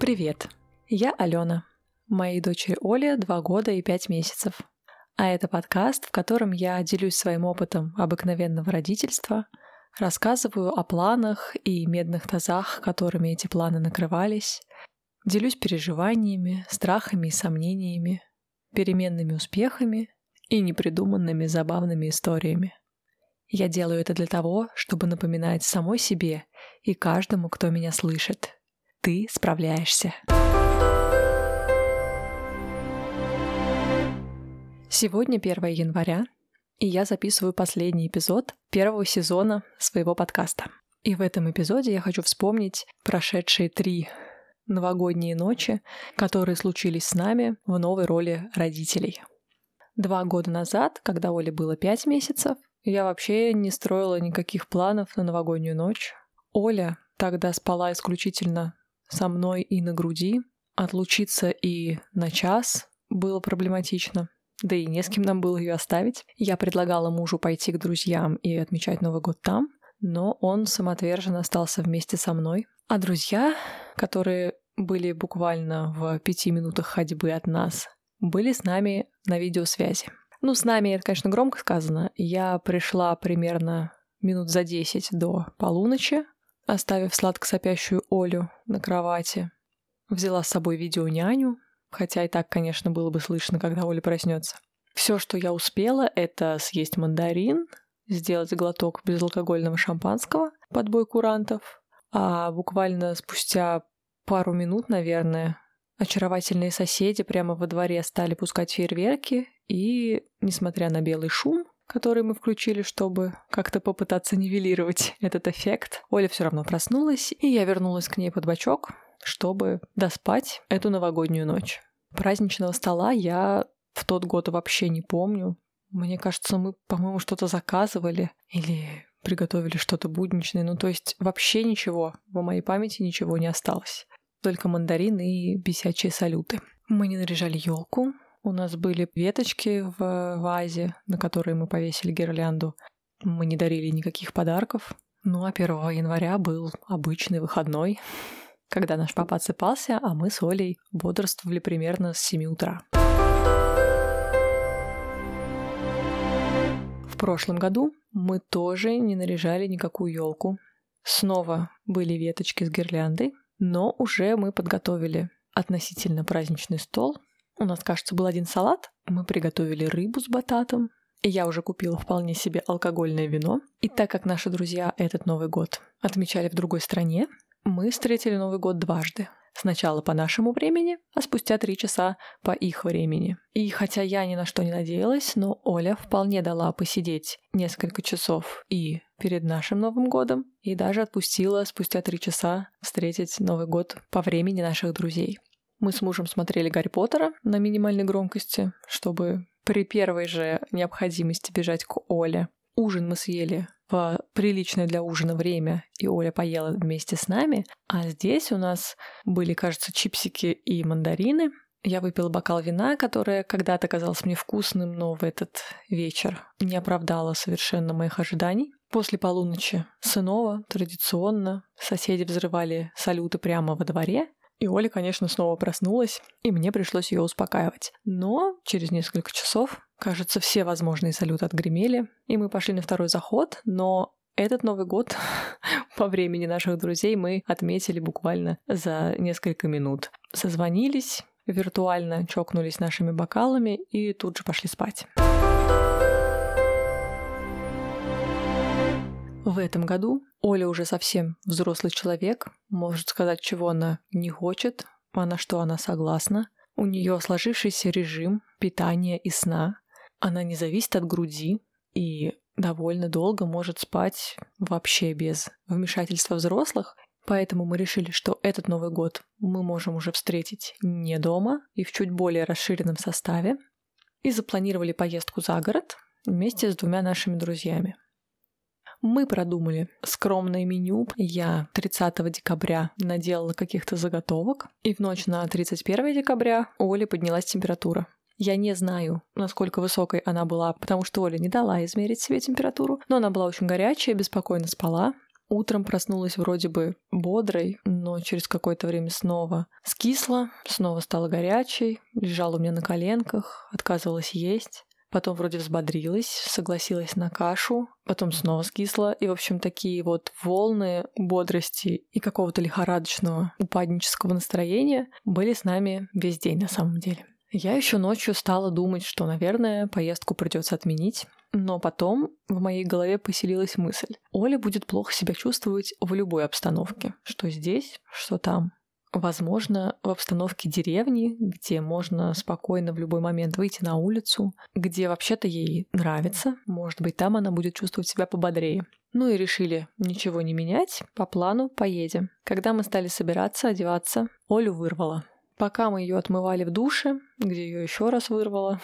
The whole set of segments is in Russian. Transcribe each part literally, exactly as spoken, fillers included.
Привет, я Алена. Моей дочери Оле два года и пять месяцев. А это подкаст, в котором я делюсь своим опытом обыкновенного родительства, рассказываю о планах и медных тазах, которыми эти планы накрывались, делюсь переживаниями, страхами и сомнениями, переменными успехами и непридуманными забавными историями. Я делаю это для того, чтобы напоминать самой себе и каждому, кто меня слышит. Ты справляешься. Сегодня первое января, и я записываю последний эпизод первого сезона своего подкаста. И в этом эпизоде я хочу вспомнить прошедшие три новогодние ночи, которые случились с нами в новой роли родителей. Два года назад, когда Оле было пять месяцев, я вообще не строила никаких планов на новогоднюю ночь. Оля тогда спала исключительно со мной и на груди. Отлучиться и на час было проблематично. Да и не с кем нам было ее оставить. Я предлагала мужу пойти к друзьям и отмечать Новый год там, но он самоотверженно остался вместе со мной. А друзья, которые были буквально в пяти минутах ходьбы от нас, были с нами на видеосвязи. Ну, с нами это, конечно, громко сказано. Я пришла примерно минут за десять до полуночи, оставив сладко сопящую Олю на кровати. Взяла с собой видеоняню, хотя и так, конечно, было бы слышно, когда Оля проснется. Все, что я успела, это съесть мандарин, сделать глоток безалкогольного шампанского под бой курантов, а буквально спустя пару минут, наверное, очаровательные соседи прямо во дворе стали пускать фейерверки, и, несмотря на белый шум, который мы включили, чтобы как-то попытаться нивелировать этот эффект, Оля все равно проснулась, и я вернулась к ней под бочок, чтобы доспать эту новогоднюю ночь. Праздничного стола я в тот год вообще не помню. Мне кажется, мы, по-моему, что-то заказывали или приготовили что-то будничное. Ну, то есть вообще ничего, в моей памяти ничего не осталось. Только мандарины и бесячие салюты. Мы не наряжали елку. У нас были веточки в вазе, на которые мы повесили гирлянду. Мы не дарили никаких подарков. Ну, а первого января был обычный выходной, когда наш папа отсыпался, а мы с Олей бодрствовали примерно с семи утра. В прошлом году мы тоже не наряжали никакую елку. Снова были веточки с гирляндой, но уже мы подготовили относительно праздничный стол. У нас, кажется, был один салат. Мы приготовили рыбу с бататом. И я уже купила вполне себе алкогольное вино. И так как наши друзья этот Новый год отмечали в другой стране, мы встретили Новый год дважды. Сначала по нашему времени, а спустя три часа по их времени. И хотя я ни на что не надеялась, но Оля вполне дала посидеть несколько часов и перед нашим Новым годом, и даже отпустила спустя три часа встретить Новый год по времени наших друзей. Мы с мужем смотрели Гарри Поттера на минимальной громкости, чтобы при первой же необходимости бежать к Оле. Ужин мы съели в приличное для ужина время, и Оля поела вместе с нами. А здесь у нас были, кажется, чипсики и мандарины. Я выпила бокал вина, которое когда-то казалось мне вкусным, но в этот вечер не оправдало совершенно моих ожиданий. После полуночи снова, традиционно, соседи взрывали салюты прямо во дворе. И Оля, конечно, снова проснулась, и мне пришлось ее успокаивать. Но через несколько часов, кажется, все возможные салюты отгремели, и мы пошли на второй заход, но этот Новый год по времени наших друзей мы отметили буквально за несколько минут. Созвонились, виртуально чокнулись нашими бокалами и тут же пошли спать. В этом году Оля уже совсем взрослый человек, может сказать, чего она не хочет, а на что она согласна. У нее сложившийся режим питания и сна. Она не зависит от груди и довольно долго может спать вообще без вмешательства взрослых. Поэтому мы решили, что этот Новый год мы можем уже встретить не дома и в чуть более расширенном составе. И запланировали поездку за город вместе с двумя нашими друзьями. Мы продумали скромное меню. Я тридцатого декабря наделала каких-то заготовок, и в ночь на тридцать первое декабря у Оли поднялась температура. Я не знаю, насколько высокой она была, потому что Оля не дала измерить себе температуру, но она была очень горячая, беспокойно спала. Утром проснулась вроде бы бодрой, но через какое-то время снова скисла, снова стала горячей, лежала у меня на коленках, отказывалась есть. Потом вроде взбодрилась, согласилась на кашу, потом снова скисла. И, в общем, такие вот волны бодрости и какого-то лихорадочного упаднического настроения были с нами весь день на самом деле. Я еще ночью стала думать, что, наверное, поездку придется отменить. Но потом в моей голове поселилась мысль. Оля будет плохо себя чувствовать в любой обстановке. Что здесь, что там. Возможно, в обстановке деревни, где можно спокойно в любой момент выйти на улицу, где вообще-то ей нравится, может быть, там она будет чувствовать себя пободрее. Ну и решили ничего не менять, по плану поедем. Когда мы стали собираться, одеваться, Олю вырвало. Пока мы ее отмывали в душе, где ее еще раз вырвало,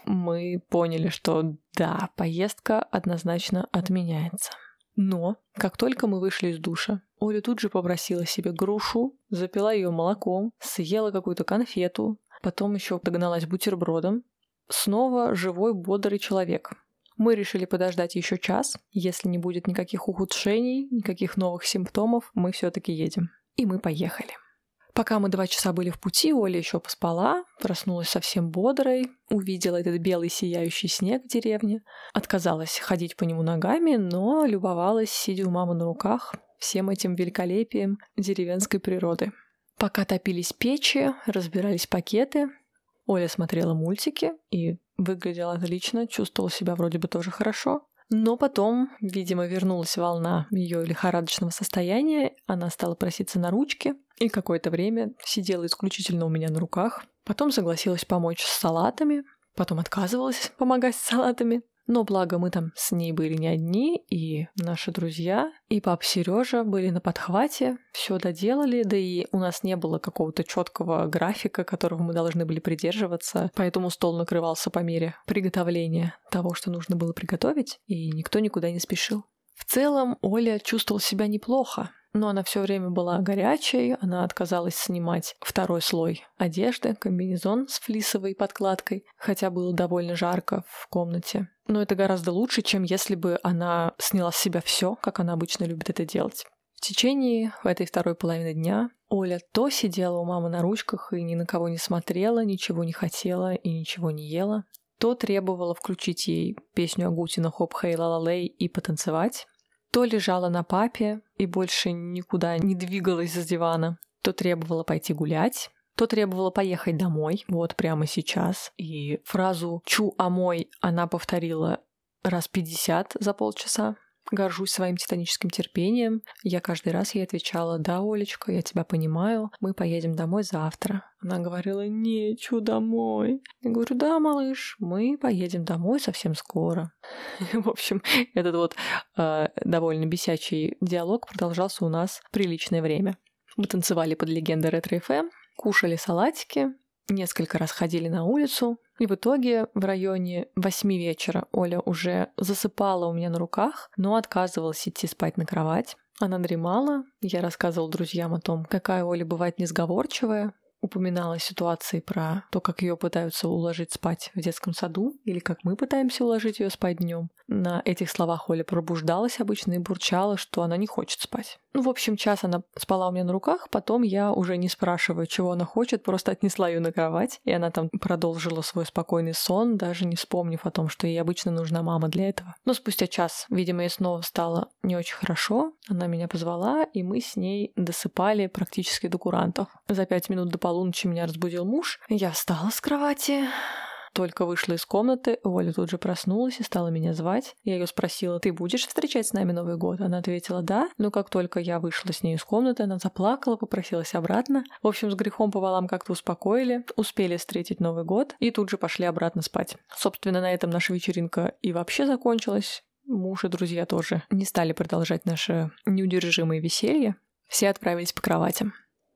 мы поняли, что да, поездка однозначно отменяется. Но как только мы вышли из душа, Оля тут же попросила себе грушу, запила ее молоком, съела какую-то конфету, потом еще догналась бутербродом. Снова живой, бодрый человек. Мы решили подождать еще час. Если не будет никаких ухудшений, никаких новых симптомов, мы все-таки едем. И мы поехали. Пока мы два часа были в пути, Оля еще поспала, проснулась совсем бодрой, увидела этот белый сияющий снег в деревне, отказалась ходить по нему ногами, но любовалась, сидя у мамы на руках, всем этим великолепием деревенской природы. Пока топились печи, разбирались пакеты, Оля смотрела мультики и выглядела отлично, чувствовала себя вроде бы тоже хорошо. Но потом, видимо, вернулась волна ее лихорадочного состояния, она стала проситься на ручки и какое-то время сидела исключительно у меня на руках. Потом согласилась помочь с салатами, потом отказывалась помогать с салатами. Но благо мы там с ней были не одни, и наши друзья, и папа Сережа были на подхвате, все доделали, да и у нас не было какого-то четкого графика, которого мы должны были придерживаться, поэтому стол накрывался по мере приготовления того, что нужно было приготовить, и никто никуда не спешил. В целом Оля чувствовала себя неплохо, но она все время была горячей, она отказалась снимать второй слой одежды, комбинезон с флисовой подкладкой, хотя было довольно жарко в комнате. Но это гораздо лучше, чем если бы она сняла с себя все, как она обычно любит это делать. В течение этой второй половины дня Оля то сидела у мамы на ручках и ни на кого не смотрела, ничего не хотела и ничего не ела, то требовала включить ей песню Агутина «Хоп, хей, ла-ла-лей» и потанцевать, то лежала на папе и больше никуда не двигалась с дивана, то требовала пойти гулять, то требовала поехать домой, вот прямо сейчас. И фразу «чу, а мой» она повторила раз пятьдесят за полчаса. Горжусь своим титаническим терпением. Я каждый раз ей отвечала: «Да, Олечка, я тебя понимаю, мы поедем домой завтра». Она говорила: «Не, чу, домой». Я говорю: «Да, малыш, мы поедем домой совсем скоро». В общем, этот вот э, довольно бесячий диалог продолжался у нас приличное время. Мы танцевали под легендой Ретро-эф эм, кушали салатики, несколько раз ходили на улицу, и в итоге в районе восьми вечера Оля уже засыпала у меня на руках, но отказывалась идти спать на кровать. Она дремала, я рассказывала друзьям о том, какая Оля бывает несговорчивая, упоминала ситуации про то, как ее пытаются уложить спать в детском саду, или как мы пытаемся уложить ее спать днем. На этих словах Оля пробуждалась обычно и бурчала, что она не хочет спать. Ну, в общем, час она спала у меня на руках, потом я, уже не спрашивая, чего она хочет, просто отнесла ее на кровать, и она там продолжила свой спокойный сон, даже не вспомнив о том, что ей обычно нужна мама для этого. Но спустя час, видимо, ей снова стало не очень хорошо, она меня позвала, и мы с ней досыпали практически до курантов. За пять минут до полуночи меня разбудил муж, я встала с кровати, только вышла из комнаты, Оля тут же проснулась и стала меня звать. Я ее спросила: «Ты будешь встречать с нами Новый год?» Она ответила: «Да». Но как только я вышла с ней из комнаты, она заплакала, попросилась обратно. В общем, с грехом пополам как-то успокоили, успели встретить Новый год и тут же пошли обратно спать. Собственно, на этом наша вечеринка и вообще закончилась. Муж и друзья тоже не стали продолжать наше неудержимое веселье. Все отправились по кроватям.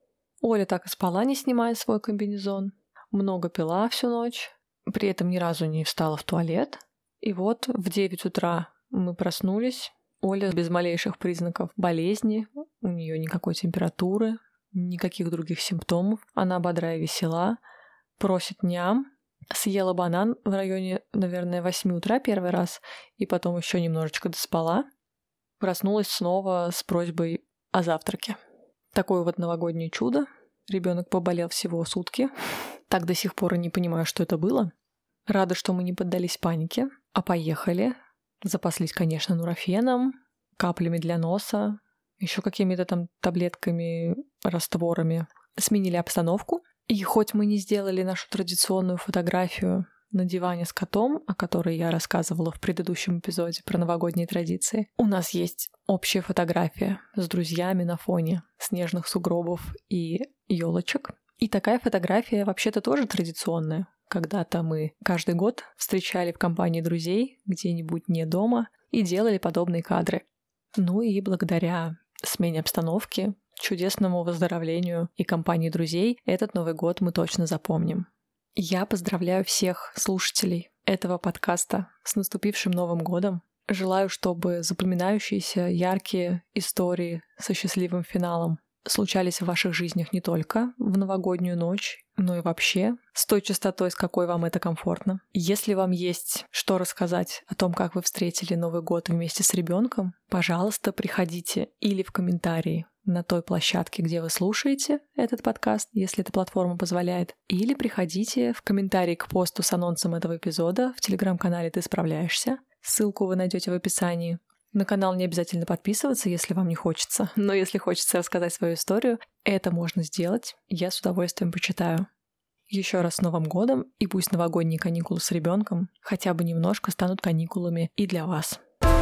Оля так и спала, не снимая свой комбинезон. Много пила всю ночь. При этом ни разу не встала в туалет. И вот в девять утра мы проснулись. Оля без малейших признаков болезни, у нее никакой температуры, никаких других симптомов. Она бодрая и весела, просит ням. Съела банан в районе, наверное, восьми утра первый раз, и потом еще немножечко доспала. проснулась снова с просьбой о завтраке. Такое вот новогоднее чудо. Ребенок поболел всего сутки. Так до сих пор и не понимаю, что это было. Рада, что мы не поддались панике, а поехали. Запаслись, конечно, нурофеном, каплями для носа, еще какими-то там таблетками, растворами. Сменили обстановку. И хоть мы не сделали нашу традиционную фотографию на диване с котом, о которой я рассказывала в предыдущем эпизоде про новогодние традиции, у нас есть общая фотография с друзьями на фоне снежных сугробов и елочек. И такая фотография вообще-то тоже традиционная. Когда-то мы каждый год встречали в компании друзей где-нибудь не дома и делали подобные кадры. Ну и благодаря смене обстановки, чудесному выздоровлению и компании друзей этот Новый год мы точно запомним. Я поздравляю всех слушателей этого подкаста с наступившим Новым годом. Желаю, чтобы запоминающиеся, яркие истории со счастливым финалом случались в ваших жизнях не только в новогоднюю ночь, но и вообще с той частотой, с какой вам это комфортно. Если вам есть что рассказать о том, как вы встретили Новый год вместе с ребенком, пожалуйста, приходите или в комментарии на той площадке, где вы слушаете этот подкаст, если эта платформа позволяет, или приходите в комментарии к посту с анонсом этого эпизода в телеграм-канале «Ты справляешься». Ссылку вы найдете в описании. На канал не обязательно подписываться, если вам не хочется, но если хочется рассказать свою историю, это можно сделать, я с удовольствием почитаю. Еще раз с Новым годом, и пусть новогодние каникулы с ребенком хотя бы немножко станут каникулами и для вас.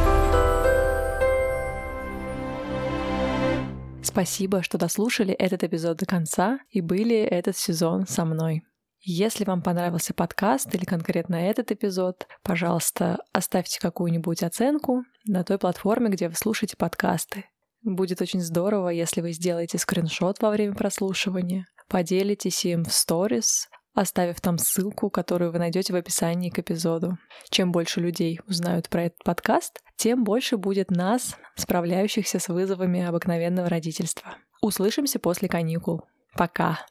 Спасибо, что дослушали этот эпизод до конца и были этот сезон со мной. Если вам понравился подкаст или конкретно этот эпизод, пожалуйста, оставьте какую-нибудь оценку на той платформе, где вы слушаете подкасты. Будет очень здорово, если вы сделаете скриншот во время прослушивания, поделитесь им в сторис, оставив там ссылку, которую вы найдете в описании к эпизоду. Чем больше людей узнают про этот подкаст, тем больше будет нас, справляющихся с вызовами обыкновенного родительства. Услышимся после каникул. Пока!